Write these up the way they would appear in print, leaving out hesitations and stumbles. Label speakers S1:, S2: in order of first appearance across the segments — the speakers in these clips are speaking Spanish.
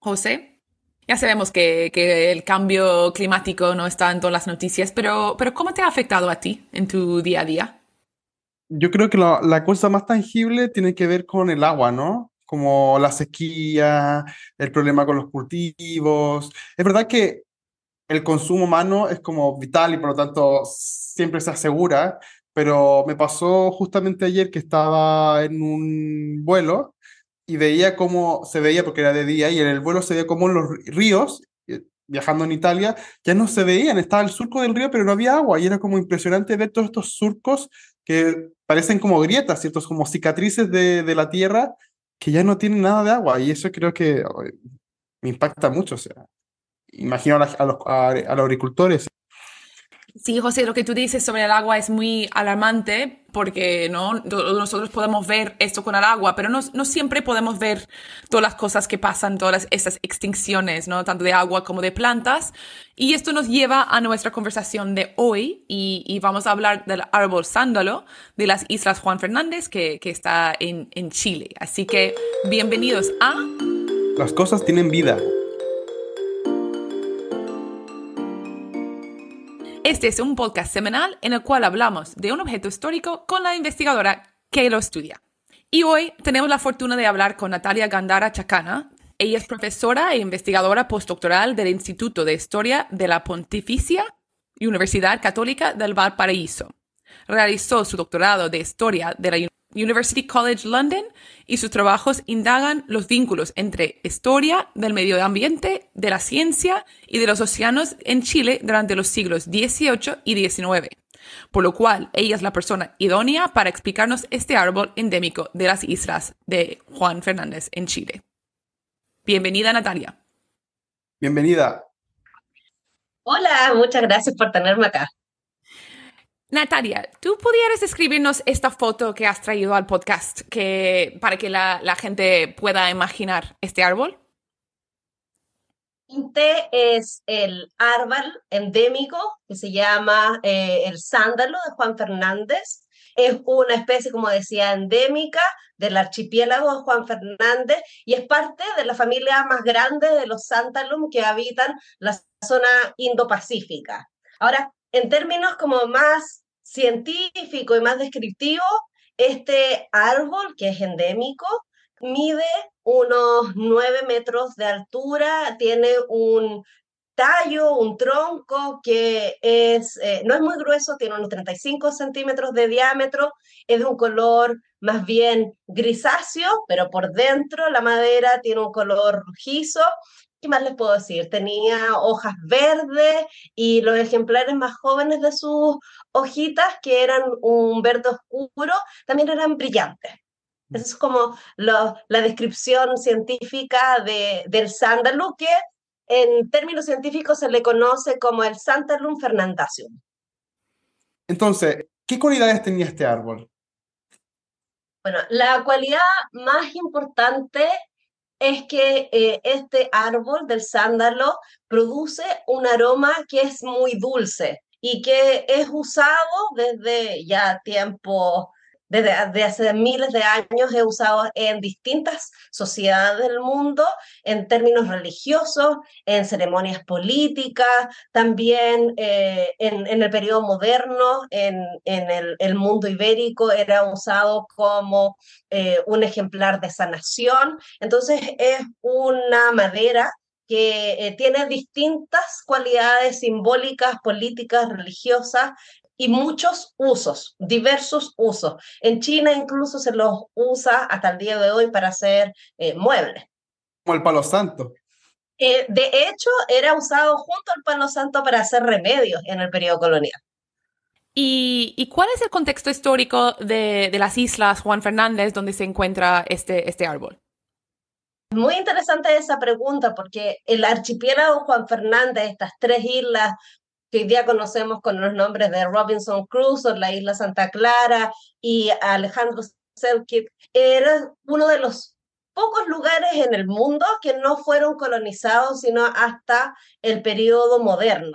S1: José. Ya sabemos que el cambio climático no está en todas las noticias, pero ¿cómo te ha afectado a ti en tu día a día?
S2: Yo creo que la cosa más tangible tiene que ver con el agua, ¿no? Como la sequía, el problema con los cultivos. Es verdad que el consumo humano es como vital y por lo tanto siempre se asegura, pero me pasó justamente ayer que estaba en un vuelo y veía cómo se veía, porque era de día, y en el vuelo se veía como en los ríos, viajando en Italia, ya no se veían, estaba el surco del río, pero no había agua, y era como impresionante ver todos estos surcos que parecen como grietas, ¿cierto? Como cicatrices de la tierra que ya no tienen nada de agua, y eso creo que me impacta mucho, o sea, imagino a los agricultores.
S1: Sí, José, lo que tú dices sobre el agua es muy alarmante porque nosotros podemos ver esto con el agua, pero no siempre podemos ver todas las cosas que pasan, todas esas extinciones, ¿no? Tanto de agua como de plantas. Y esto nos lleva a nuestra conversación de hoy y vamos a hablar del árbol sándalo de las Islas Juan Fernández que está en Chile. Así que bienvenidos a...
S2: Las cosas tienen vida.
S1: Este es un podcast semanal en el cual hablamos de un objeto histórico con la investigadora que lo estudia. Y hoy tenemos la fortuna de hablar con Natalia Gandara Chacana. Ella es profesora e investigadora postdoctoral del Instituto de Historia de la Pontificia Universidad Católica del Valparaíso. Realizó su doctorado de Historia de la University College London y sus trabajos indagan los vínculos entre historia del medio ambiente, de la ciencia y de los océanos en Chile durante los siglos XVIII y XIX, por lo cual ella es la persona idónea para explicarnos este árbol endémico de las islas de Juan Fernández en Chile. Bienvenida, Natalia.
S2: Bienvenida.
S3: Hola, muchas gracias por tenerme acá.
S1: Natalia, ¿tú pudieras describirnos esta foto que has traído al podcast para que la gente pueda imaginar este árbol?
S3: Este es el árbol endémico que se llama el sándalo de Juan Fernández. Es una especie, como decía, endémica del archipiélago de Juan Fernández y es parte de la familia más grande de los sandalum que habitan la zona Indo-Pacífica. Ahora, en términos como más científico y más descriptivo, este árbol, que es endémico, mide unos 9 metros de altura, tiene un tallo, un tronco que no es muy grueso, tiene unos 35 centímetros de diámetro, es de un color más bien grisáceo, pero por dentro la madera tiene un color rojizo. ¿Qué más les puedo decir? Tenía hojas verdes y los ejemplares más jóvenes de sus hojitas, que eran un verde oscuro, también eran brillantes. Esa es como la descripción científica del sándalo, que en términos científicos se le conoce como el Santalum fernandaceum.
S2: Entonces, ¿qué cualidades tenía este árbol?
S3: Bueno, la cualidad más importante es que este árbol del sándalo produce un aroma que es muy dulce y que es usado desde ya tiempo, desde hace miles de años, es usado en distintas sociedades del mundo, en términos religiosos, en ceremonias políticas, también en el periodo moderno, en el mundo ibérico, era usado como un ejemplar de sanación. Entonces es una madera que tiene distintas cualidades simbólicas, políticas, religiosas y muchos usos, diversos usos. En China incluso se los usa hasta el día de hoy para hacer muebles.
S2: Como el palo santo.
S3: De hecho, era usado junto al palo santo para hacer remedios en el periodo colonial.
S1: ¿Y cuál es el contexto histórico de las islas Juan Fernández donde se encuentra este árbol?
S3: Muy interesante esa pregunta porque el archipiélago Juan Fernández, estas tres islas que hoy día conocemos con los nombres de Robinson Crusoe, la isla Santa Clara y Alejandro Selkirk, era uno de los pocos lugares en el mundo que no fueron colonizados sino hasta el periodo moderno.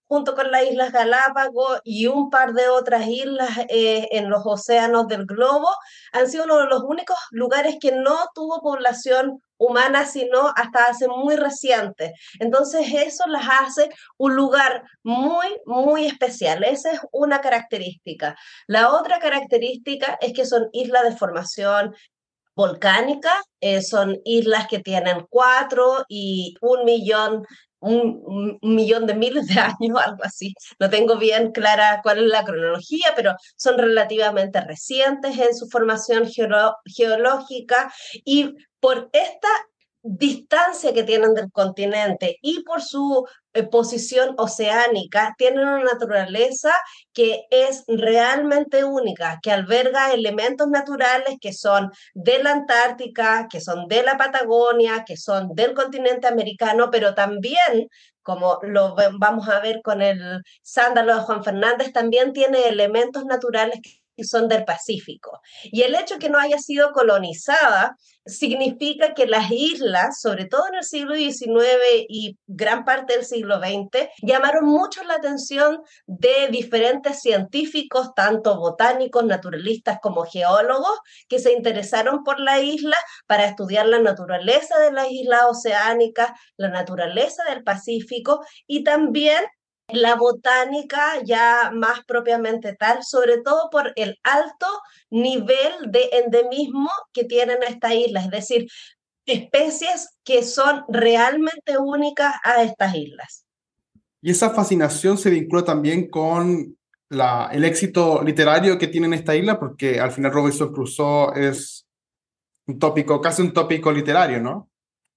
S3: junto con las Islas Galápagos y un par de otras islas en los océanos del globo, han sido uno de los únicos lugares que no tuvo población humana, sino hasta hace muy reciente. Entonces eso las hace un lugar muy, muy especial. Esa es una característica. La otra característica es que son islas de formación volcánica, son islas que tienen 4 y 1 millón, un millón de miles de años, algo así. No tengo bien clara cuál es la cronología, pero son relativamente recientes en su formación geológica y por esta distancia que tienen del continente y por su posición oceánica, tienen una naturaleza que es realmente única, que alberga elementos naturales que son de la Antártica, que son de la Patagonia, que son del continente americano, pero también, como vamos a ver con el sándalo de Juan Fernández, también tiene elementos naturales que son del Pacífico. Y el hecho de que no haya sido colonizada significa que las islas, sobre todo en el siglo XIX y gran parte del siglo XX, llamaron mucho la atención de diferentes científicos, tanto botánicos, naturalistas como geólogos, que se interesaron por la isla para estudiar la naturaleza de las islas oceánicas, la naturaleza del Pacífico y también la botánica ya más propiamente tal, sobre todo por el alto nivel de endemismo que tienen estas islas, es decir, especies que son realmente únicas a estas islas.
S2: Y esa fascinación se vincula también con el éxito literario que tiene en esta isla, porque al final Robinson Crusoe es un tópico, casi un tópico literario, ¿no?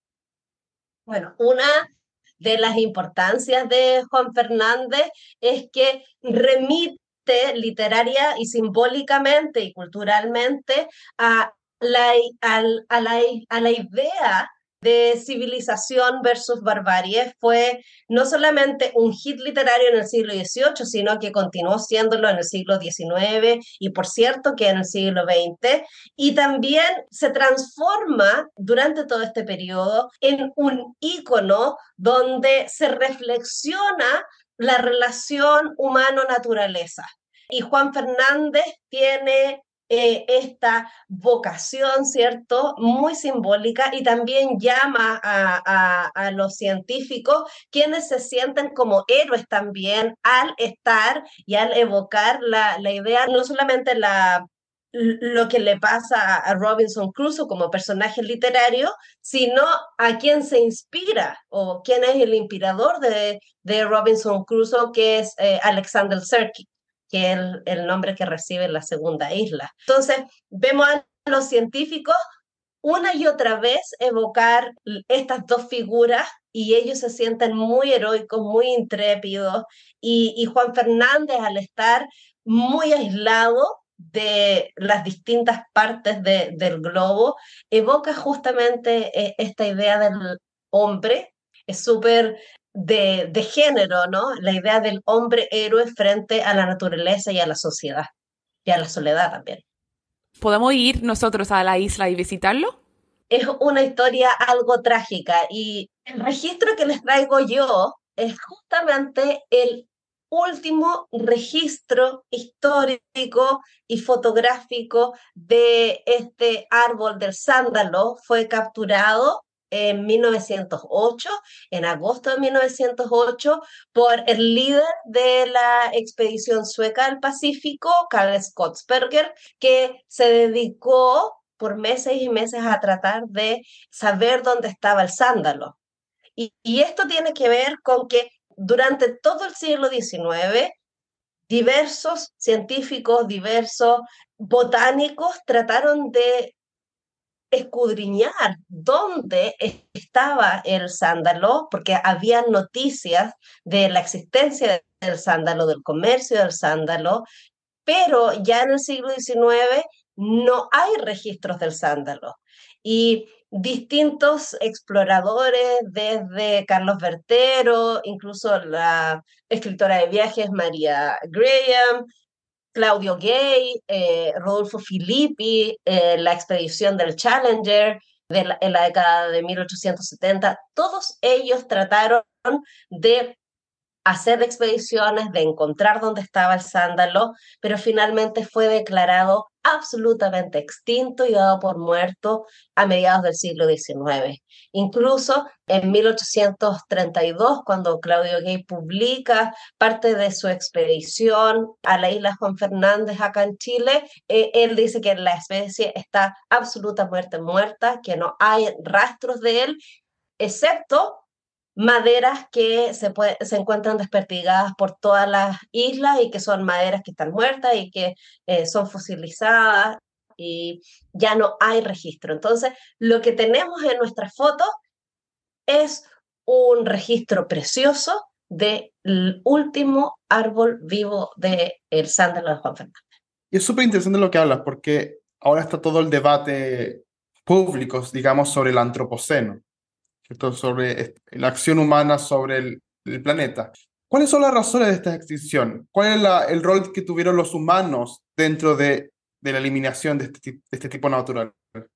S3: Bueno, una de las importancias de Juan Fernández es que remite literaria y simbólicamente y culturalmente a a la idea de civilización versus barbarie. Fue no solamente un hit literario en el siglo XVIII, sino que continuó siéndolo en el siglo XIX y por cierto que en el siglo XX, y también se transforma durante todo este periodo en un ícono donde se reflexiona la relación humano-naturaleza. Y Juan Fernández tiene esta vocación, ¿cierto? Muy simbólica y también llama a los científicos, quienes se sienten como héroes también al estar y al evocar la idea, no solamente lo que le pasa a Robinson Crusoe como personaje literario, sino a quien se inspira o quién es el inspirador de Robinson Crusoe, que es Alexander Serkin, que es el nombre que recibe la segunda isla. Entonces, vemos a los científicos una y otra vez evocar estas dos figuras y ellos se sienten muy heroicos, muy intrépidos y Juan Fernández al estar muy aislado de las distintas partes del globo, evoca justamente esta idea del hombre, es súper de género, ¿no? La idea del hombre héroe frente a la naturaleza y a la sociedad, y a la soledad también.
S1: ¿Podemos ir nosotros a la isla y visitarlo?
S3: Es una historia algo trágica y el registro que les traigo yo es justamente el último registro histórico y fotográfico de este árbol del sándalo. Fue capturado en 1908, en agosto de 1908, por el líder de la expedición sueca al Pacífico, Karl Skotsberger, que se dedicó por meses y meses a tratar de saber dónde estaba el sándalo. Y esto tiene que ver con que durante todo el siglo XIX, diversos científicos, diversos botánicos trataron de escudriñar dónde estaba el sándalo, porque había noticias de la existencia del sándalo, del comercio del sándalo, pero ya en el siglo XIX no hay registros del sándalo. Y distintos exploradores, desde Carlos Bertero, incluso la escritora de viajes María Graham, Claudio Gay, Rodolfo Filippi, la expedición del Challenger en la década de 1870, todos ellos trataron de hacer expediciones, de encontrar dónde estaba el sándalo, pero finalmente fue declarado absolutamente extinto y dado por muerto a mediados del siglo XIX. Incluso en 1832, cuando Claudio Gay publica parte de su expedición a la isla Juan Fernández acá en Chile, él dice que la especie está absolutamente muerta, que no hay rastros de él, excepto maderas que se encuentran desperdigadas por todas las islas y que son maderas que están muertas y que son fosilizadas y ya no hay registro. Entonces, lo que tenemos en nuestras fotos es un registro precioso del último árbol vivo del sándalo de Juan Fernández.
S2: Y es súper interesante lo que hablas, porque ahora está todo el debate público, digamos, sobre el antropoceno, ¿cierto? Sobre la acción humana sobre el planeta. ¿Cuáles son las razones de esta extinción? ¿Cuál es el rol que tuvieron los humanos dentro de la eliminación de este tipo natural?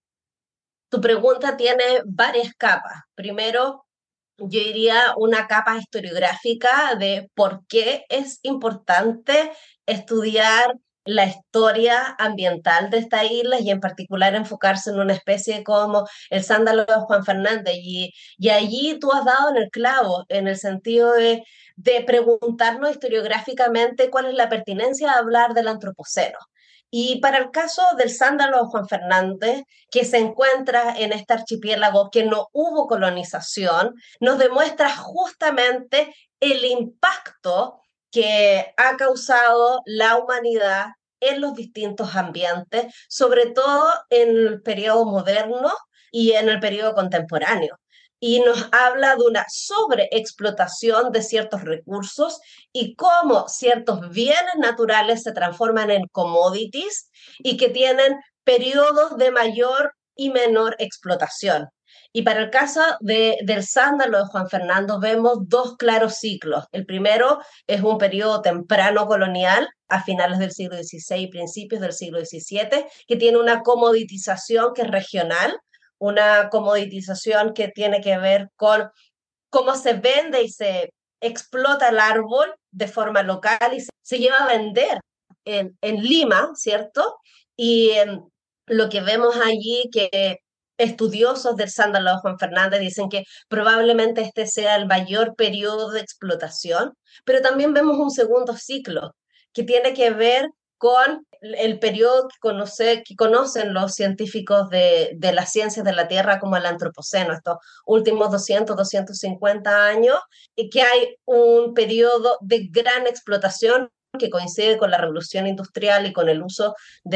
S3: Tu pregunta tiene varias capas. Primero, yo diría una capa historiográfica de por qué es importante estudiar la historia ambiental de esta isla y en particular enfocarse en una especie como el sándalo de Juan Fernández. Y allí tú has dado en el clavo, en el sentido de preguntarnos historiográficamente cuál es la pertinencia de hablar del antropoceno. Y para el caso del sándalo de Juan Fernández, que se encuentra en este archipiélago que no hubo colonización, nos demuestra justamente el impacto que ha causado la humanidad en los distintos ambientes, sobre todo en el periodo moderno y en el periodo contemporáneo. Y nos habla de una sobreexplotación de ciertos recursos y cómo ciertos bienes naturales se transforman en commodities y que tienen periodos de mayor y menor explotación. Y para el caso del sándalo de Juan Fernando vemos dos claros ciclos. El primero es un periodo temprano colonial, a finales del siglo XVI y principios del siglo XVII, que tiene una comoditización que es regional, una comoditización que tiene que ver con cómo se vende y se explota el árbol de forma local y se lleva a vender en Lima, ¿cierto? Y lo que vemos allí que estudiosos del sándalo de Juan Fernández dicen que probablemente este sea el mayor periodo de explotación, pero también vemos un segundo ciclo que tiene que ver con el periodo que conocen los científicos de las ciencias de la Tierra como el Antropoceno, estos últimos 200, 250 años, y que hay un periodo de gran explotación que coincide con la revolución industrial y con el uso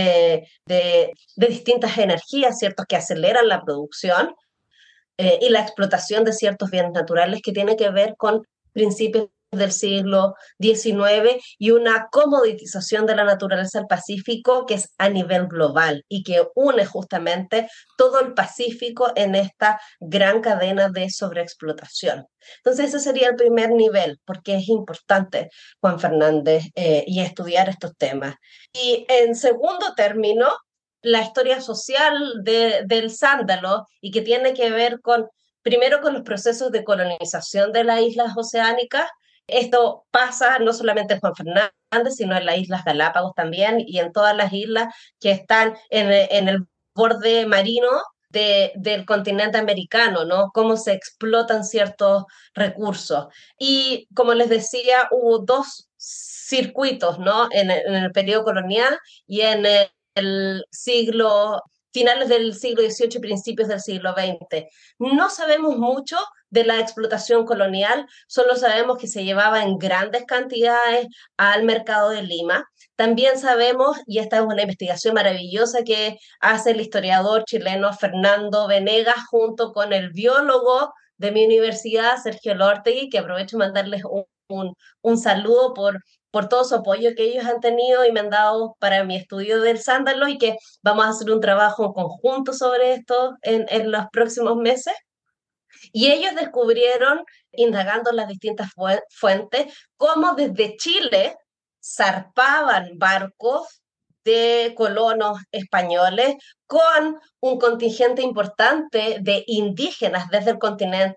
S3: de distintas energías, ¿cierto?, que aceleran la producción y la explotación de ciertos bienes naturales que tiene que ver con principios del siglo XIX y una comoditización de la naturaleza del Pacífico que es a nivel global y que une justamente todo el Pacífico en esta gran cadena de sobreexplotación. Entonces ese sería el primer nivel, porque es importante, Juan Fernández, y estudiar estos temas. Y en segundo término, la historia social del sándalo y que tiene que ver con, primero, con los procesos de colonización de las islas oceánicas. Esto pasa no solamente en Juan Fernández, sino en las Islas Galápagos también y en todas las islas que están en el borde marino del continente americano, ¿no? Cómo se explotan ciertos recursos. Y como les decía, hubo dos circuitos, ¿no? En el periodo colonial y en el siglo, finales del siglo XVIII y principios del siglo XX. No sabemos mucho de la explotación colonial, solo sabemos que se llevaba en grandes cantidades al mercado de Lima. También sabemos, y esta es una investigación maravillosa que hace el historiador chileno Fernando Venegas junto con el biólogo de mi universidad, Sergio Lortegui, que aprovecho mandarles un saludo por todo su apoyo que ellos han tenido y me han dado para mi estudio del sándalo y que vamos a hacer un trabajo en conjunto sobre esto en los próximos meses. Y ellos descubrieron, indagando las distintas fuentes, cómo desde Chile zarpaban barcos de colonos españoles con un contingente importante de indígenas desde el continente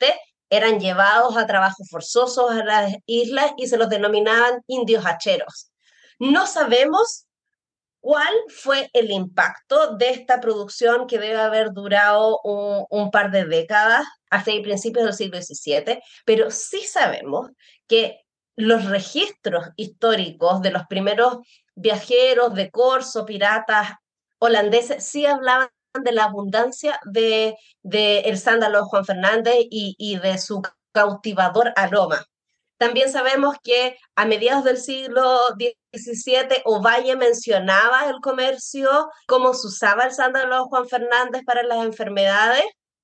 S3: eran llevados a trabajos forzosos a las islas y se los denominaban indios hacheros. No sabemos cuál fue el impacto de esta producción que debe haber durado un par de décadas, hasta principios del siglo XVII, pero sí sabemos que los registros históricos de los primeros viajeros de corso, piratas holandeses, sí hablaban de la abundancia de el sándalo de Juan Fernández y de su cautivador aroma. También sabemos que a mediados del siglo XVII Ovalle mencionaba el comercio, cómo se usaba el sándalo de Juan Fernández para las enfermedades.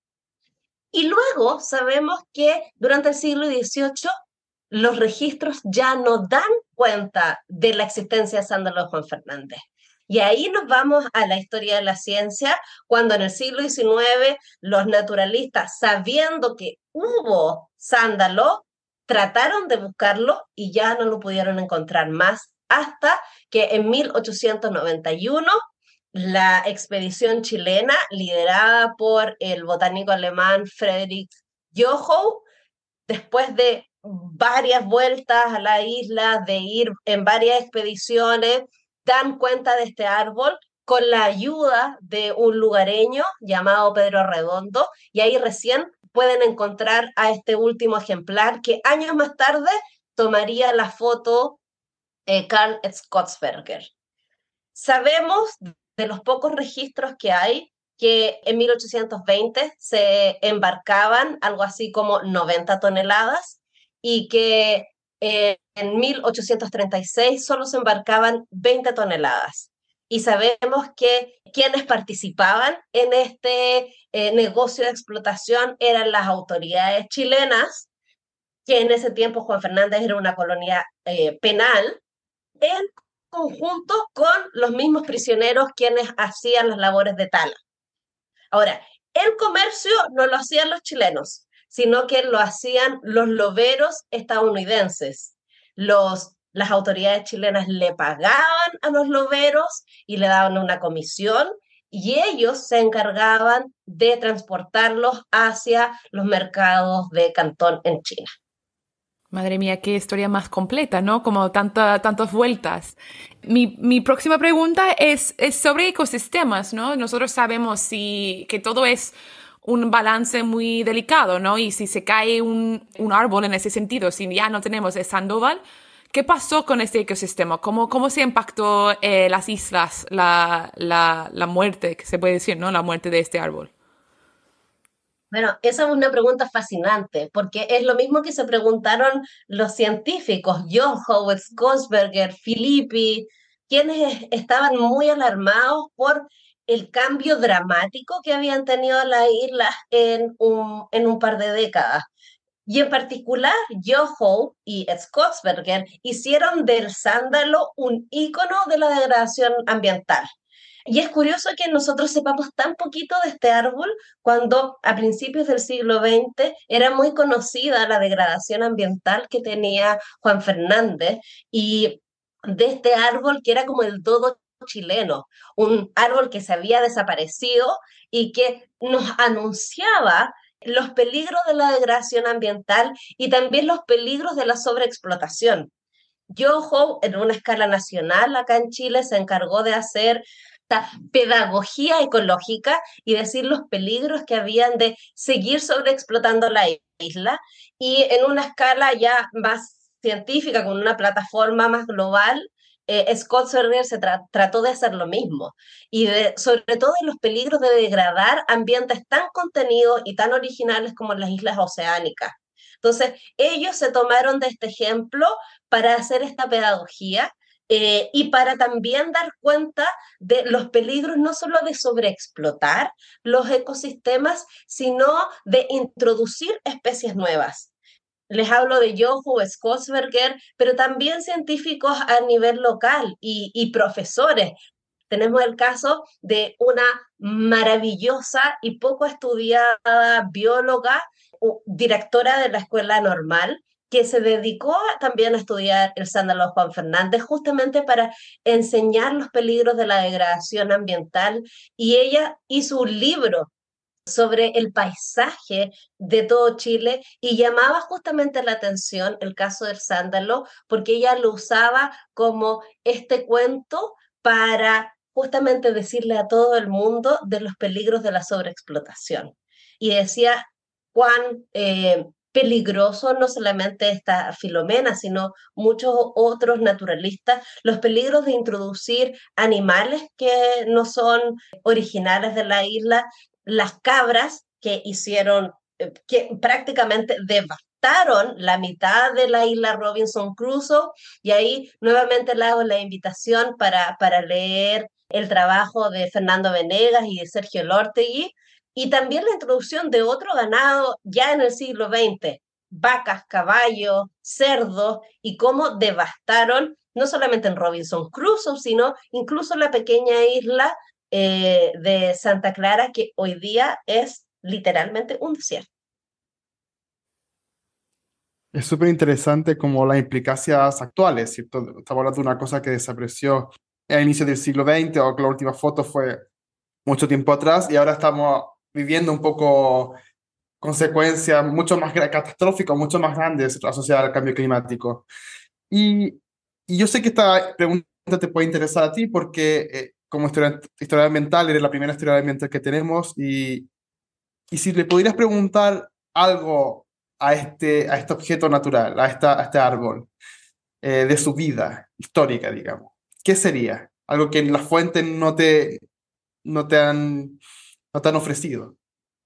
S3: Y luego sabemos que durante el siglo XVIII los registros ya no dan cuenta de la existencia del sándalo de Juan Fernández. Y ahí nos vamos a la historia de la ciencia, cuando en el siglo XIX los naturalistas, sabiendo que hubo sándalo, trataron de buscarlo y ya no lo pudieron encontrar más, hasta que en 1891 la expedición chilena, liderada por el botánico alemán Friedrich Jochau, después de varias vueltas a la isla, de ir en varias expediciones, dan cuenta de este árbol con la ayuda de un lugareño llamado Pedro Redondo, y ahí recién pueden encontrar a este último ejemplar que años más tarde tomaría la foto Karl Skotsberger. Sabemos de los pocos registros que hay que en 1820 se embarcaban algo así como 90 toneladas y que en 1836 solo se embarcaban 20 toneladas. Y sabemos que quienes participaban en este negocio de explotación eran las autoridades chilenas, que en ese tiempo Juan Fernández era una colonia penal, en conjunto con los mismos prisioneros quienes hacían las labores de tala. Ahora, el comercio no lo hacían los chilenos, sino que lo hacían los loberos estadounidenses. Las autoridades chilenas le pagaban a los loberos y le daban una comisión, y ellos se encargaban de transportarlos hacia los mercados de Cantón en China.
S1: Madre mía, qué historia más completa, ¿no? Como tantas vueltas. Mi próxima pregunta es sobre ecosistemas, ¿no? Nosotros sabemos que todo es un balance muy delicado, ¿no? Y si se cae un árbol en ese sentido, si ya no tenemos el Sandoval, ¿qué pasó con este ecosistema? ¿Cómo se impactó las islas, la muerte, que se puede decir, ¿no? La muerte de este árbol.
S3: Bueno, esa es una pregunta fascinante, porque es lo mismo que se preguntaron los científicos, Jochau, Skogsberger, Filippi, quienes estaban muy alarmados por el cambio dramático que habían tenido las islas en un par de décadas. Y en particular, Jochau y Skogsberger hicieron del sándalo un ícono de la degradación ambiental. Y es curioso que nosotros sepamos tan poquito de este árbol cuando a principios del siglo XX era muy conocida la degradación ambiental que tenía Juan Fernández, y de este árbol que era como el dodo chileno, un árbol que se había desaparecido y que nos anunciaba los peligros de la degradación ambiental y también los peligros de la sobreexplotación. Jochau, en una escala nacional acá en Chile, se encargó de hacer esta pedagogía ecológica y decir los peligros que habían de seguir sobreexplotando la isla, y en una escala ya más científica, con una plataforma más global, Scott Serner trató de hacer lo mismo, y sobre todo de los peligros de degradar ambientes tan contenidos y tan originales como las islas oceánicas. Entonces, ellos se tomaron de este ejemplo para hacer esta pedagogía, y para también dar cuenta de los peligros no solo de sobreexplotar los ecosistemas, sino de introducir especies nuevas. Les hablo de Jochau, Skogsberger, pero también científicos a nivel local y profesores. Tenemos el caso de una maravillosa y poco estudiada bióloga, directora de la Escuela Normal, que se dedicó también a estudiar el sándalo de Juan Fernández justamente para enseñar los peligros de la degradación ambiental, y ella hizo un libro sobre el paisaje de todo Chile y llamaba justamente la atención el caso del sándalo porque ella lo usaba como este cuento para justamente decirle a todo el mundo de los peligros de la sobreexplotación. Y decía cuán peligroso no solamente esta Filomena, sino muchos otros naturalistas, los peligros de introducir animales que no son originales de la isla, las cabras que hicieron, que prácticamente devastaron la mitad de la isla Robinson Crusoe, y ahí nuevamente le hago la invitación para leer el trabajo de Fernando Venegas y de Sergio Lórtegui, y también la introducción de otro ganado ya en el siglo XX, vacas, caballos, cerdos, y cómo devastaron no solamente en Robinson Crusoe, sino incluso la pequeña isla de Santa Clara, que hoy día es literalmente un desierto.
S2: Es súper interesante como las implicancias actuales, ¿cierto? Estamos hablando de una cosa que desapareció a inicios del siglo XX o que la última foto fue mucho tiempo atrás y ahora estamos viviendo un poco consecuencias mucho más catastróficas, mucho más grandes asociadas al cambio climático. Y, y yo sé que esta pregunta te puede interesar a ti porque como historia ambiental eres la primera historia ambiental que tenemos y si le pudieras preguntar algo a este objeto natural, a este árbol, de su vida histórica, digamos, ¿qué sería? Algo que en las fuentes no te han, no te han ofrecido.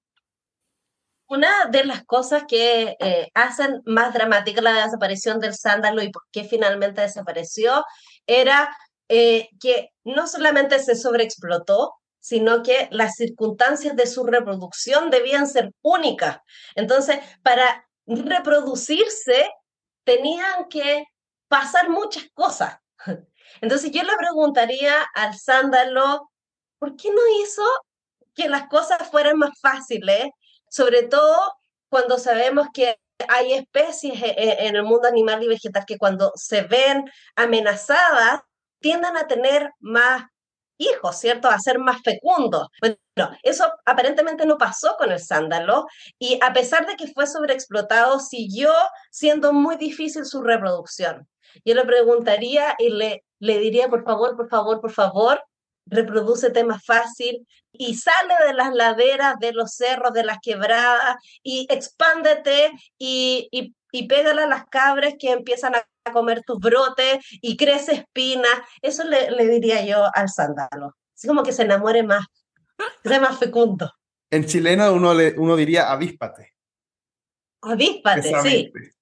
S3: Una de las cosas que hacen más dramática la desaparición del sándalo y por qué finalmente desapareció era que no solamente se sobreexplotó, sino que las circunstancias de su reproducción debían ser únicas. Entonces, para reproducirse, tenían que pasar muchas cosas. Entonces, yo le preguntaría al sándalo, ¿por qué no hizo que las cosas fueran más fáciles, sobre todo cuando sabemos que hay especies en el mundo animal y vegetal que cuando se ven amenazadas tienden a tener más hijos, ¿cierto? A ser más fecundos. Bueno, eso aparentemente no pasó con el sándalo y a pesar de que fue sobreexplotado, siguió siendo muy difícil su reproducción. Yo le preguntaría y le diría, por favor, por favor, por favor, reprodúcete más fácil y sale de las laderas, de los cerros, de las quebradas y expándete y pégale a las cabras que empiezan a comer tus brotes y crece espina. Eso le diría yo al sándalo. Así como que se enamore más, que sea más fecundo.
S2: En chileno uno diría avíspate,
S3: Avíspate, sí.
S2: precisamente.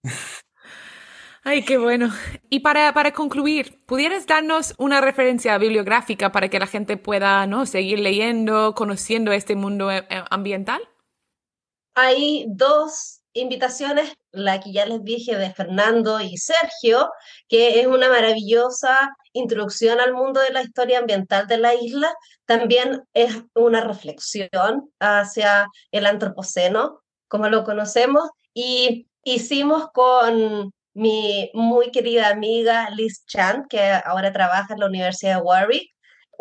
S1: Ay, qué bueno. Y para concluir, ¿pudieras darnos una referencia bibliográfica para que la gente pueda, ¿no?, seguir leyendo, conociendo este mundo ambiental?
S3: Hay dos invitaciones, la que ya les dije de Fernando y Sergio, que es una maravillosa introducción al mundo de la historia ambiental de la isla. También es una reflexión hacia el antropoceno, como lo conocemos, y hicimos con mi muy querida amiga Liz Chan, que ahora trabaja en la Universidad de Warwick,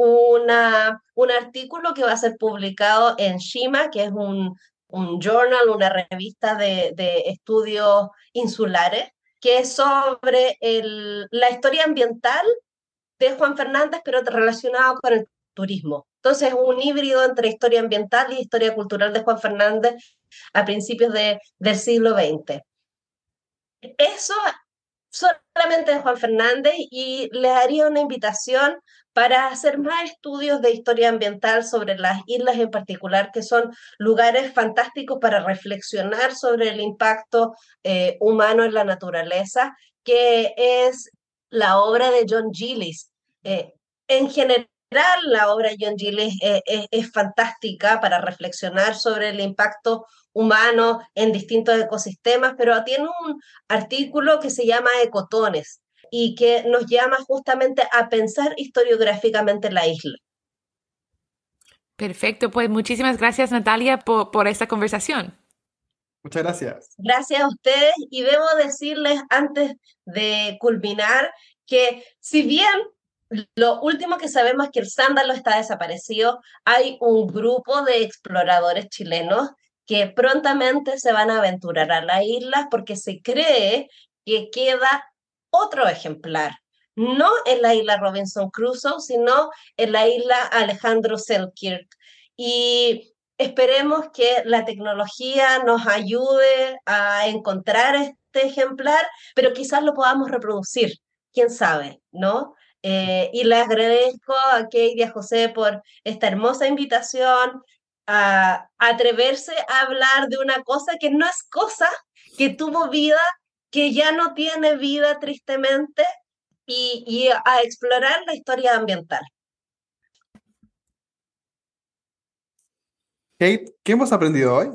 S3: un artículo que va a ser publicado en Shima, que es un journal, una revista de estudios insulares, que es sobre la historia ambiental de Juan Fernández, pero relacionado con el turismo. Entonces, un híbrido entre historia ambiental y historia cultural de Juan Fernández a principios del siglo XX. Eso solamente de Juan Fernández, y le haría una invitación para hacer más estudios de historia ambiental sobre las islas en particular, que son lugares fantásticos para reflexionar sobre el impacto humano en la naturaleza, que es la obra de John Gillis. En general, la obra de John Gillis es fantástica para reflexionar sobre el impacto humano en distintos ecosistemas, pero tiene un artículo que se llama Ecotones y que nos llama justamente a pensar historiográficamente la isla.
S1: Perfecto, pues muchísimas gracias, Natalia, por esta conversación.
S2: Muchas gracias.
S3: Gracias a ustedes, y debo decirles antes de culminar que si bien Lo último que sabemos es que el sándalo está desaparecido. Hay un grupo de exploradores chilenos que prontamente se van a aventurar a las islas porque se cree que queda otro ejemplar, no en la isla Robinson Crusoe, sino en la isla Alejandro Selkirk. Y esperemos que la tecnología nos ayude a encontrar este ejemplar, pero quizás lo podamos reproducir, quién sabe, ¿no? Y le agradezco a Kate y a José por esta hermosa invitación a atreverse a hablar de una cosa que no es cosa, que tuvo vida, que ya no tiene vida tristemente, y a explorar la historia ambiental.
S2: Kate, ¿qué hemos aprendido hoy?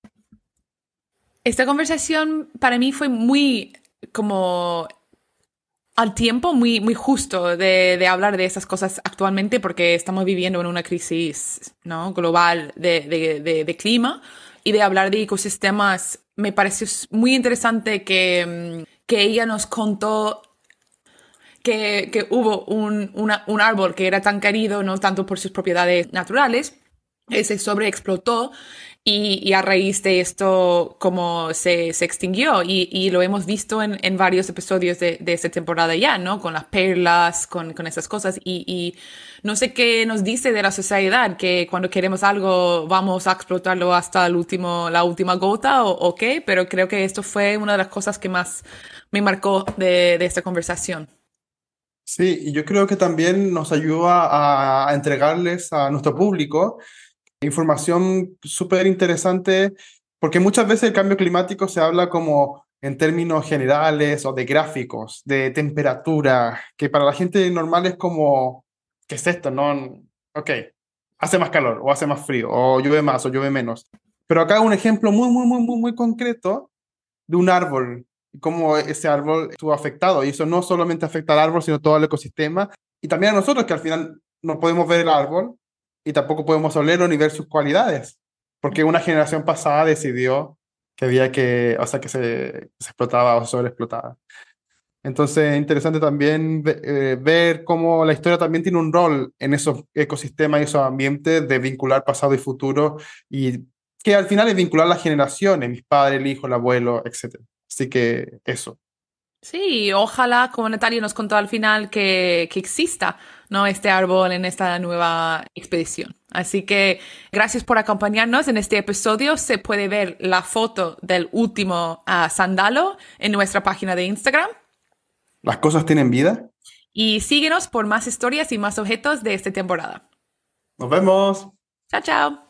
S1: Esta conversación para mí fue muy como al tiempo, muy, muy justo de hablar de esas cosas actualmente porque estamos viviendo en una crisis, ¿no?, global de clima y de hablar de ecosistemas. Me pareció muy interesante que ella nos contó que hubo un árbol que era tan querido, no tanto por sus propiedades naturales, se sobreexplotó y a raíz de esto como se extinguió y lo hemos visto en varios episodios de esta temporada ya, ¿no? Con las perlas, con esas cosas y no sé qué nos dice de la sociedad, que cuando queremos algo vamos a explotarlo hasta la última gota o qué, pero creo que esto fue una de las cosas que más me marcó de esta conversación.
S2: Sí, y yo creo que también nos ayuda a entregarles a nuestro público información súper interesante, porque muchas veces el cambio climático se habla como en términos generales o de gráficos, de temperatura, que para la gente normal es como, ¿qué es esto? No, ok, hace más calor o hace más frío, o llueve más o llueve menos. Pero acá un ejemplo muy concreto de un árbol, y cómo ese árbol estuvo afectado, y eso no solamente afecta al árbol, sino todo el ecosistema, y también a nosotros, que al final no podemos ver el árbol y tampoco podemos olerlo ni ver sus cualidades, porque una generación pasada decidió que había que, o sea, que se explotaba o sobreexplotaba. Entonces, interesante también ver cómo la historia también tiene un rol en esos ecosistemas y esos ambientes de vincular pasado y futuro, y que al final es vincular las generaciones, mis padres, el hijo, el abuelo, etcétera. Así que eso.
S1: Sí, ojalá, como Natalia nos contó al final, que exista, ¿no?, este árbol en esta nueva expedición. Así que gracias por acompañarnos en este episodio. Se puede ver la foto del último sándalo en nuestra página de Instagram.
S2: ¿Las cosas tienen vida?
S1: Y síguenos por más historias y más objetos de esta temporada.
S2: Nos vemos.
S1: Chao, chao.